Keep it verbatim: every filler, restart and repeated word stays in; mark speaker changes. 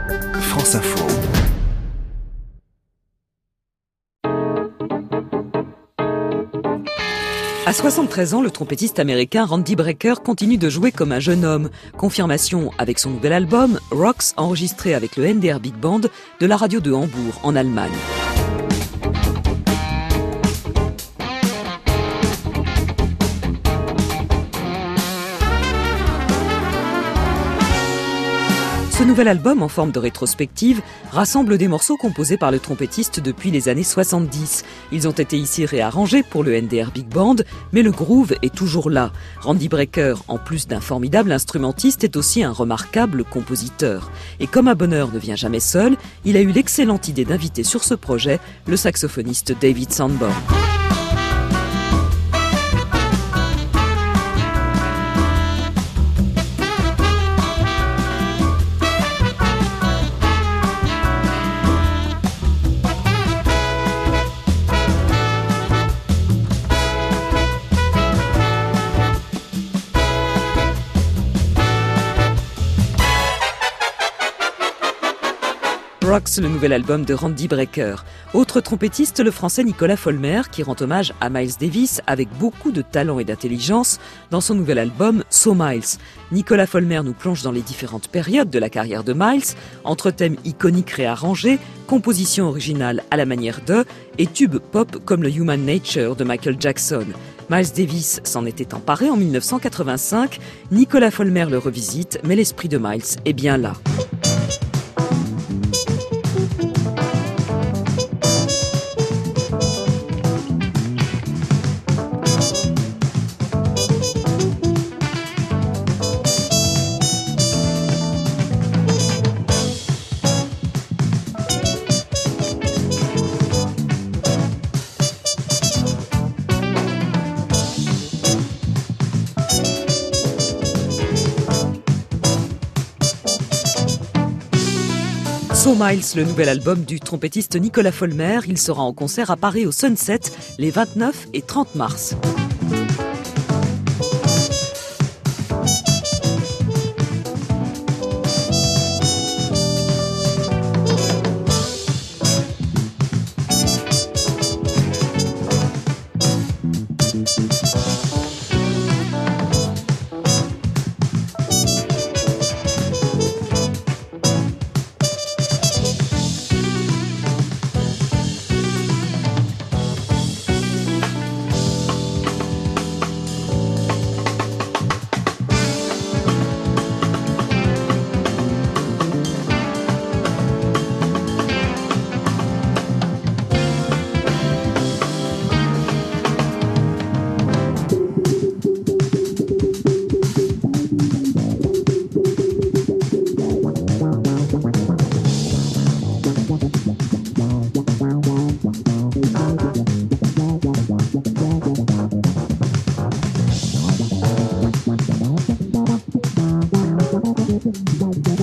Speaker 1: France Info.
Speaker 2: À soixante-treize ans, le trompettiste américain Randy Brecker continue de jouer comme un jeune homme. Confirmation avec son nouvel album, Rocks, enregistré avec le N D R Big Band de la radio de Hambourg, en Allemagne. Ce nouvel album, en forme de rétrospective, rassemble des morceaux composés par le trompettiste depuis les années soixante-dix. Ils ont été ici réarrangés pour le N D R Big Band, mais le groove est toujours là. Randy Brecker, en plus d'un formidable instrumentiste, est aussi un remarquable compositeur. Et comme un bonheur ne vient jamais seul, il a eu l'excellente idée d'inviter sur ce projet le saxophoniste David Sanborn. Rocks, le nouvel album de Randy Brecker. Autre trompettiste, le français Nicolas Folmer, qui rend hommage à Miles Davis avec beaucoup de talent et d'intelligence dans son nouvel album So Miles. Nicolas Folmer nous plonge dans les différentes périodes de la carrière de Miles, entre thèmes iconiques réarrangés, compositions originales à la manière de, et tubes pop comme le Human Nature de Michael Jackson. Miles Davis s'en était emparé en dix-neuf cent quatre-vingt-cinq, Nicolas Folmer le revisite, mais l'esprit de Miles est bien là. So Miles, le nouvel album du trompettiste Nicolas Folmer, il sera en concert à Paris au Sunset les vingt-neuf et trente mars. Bye.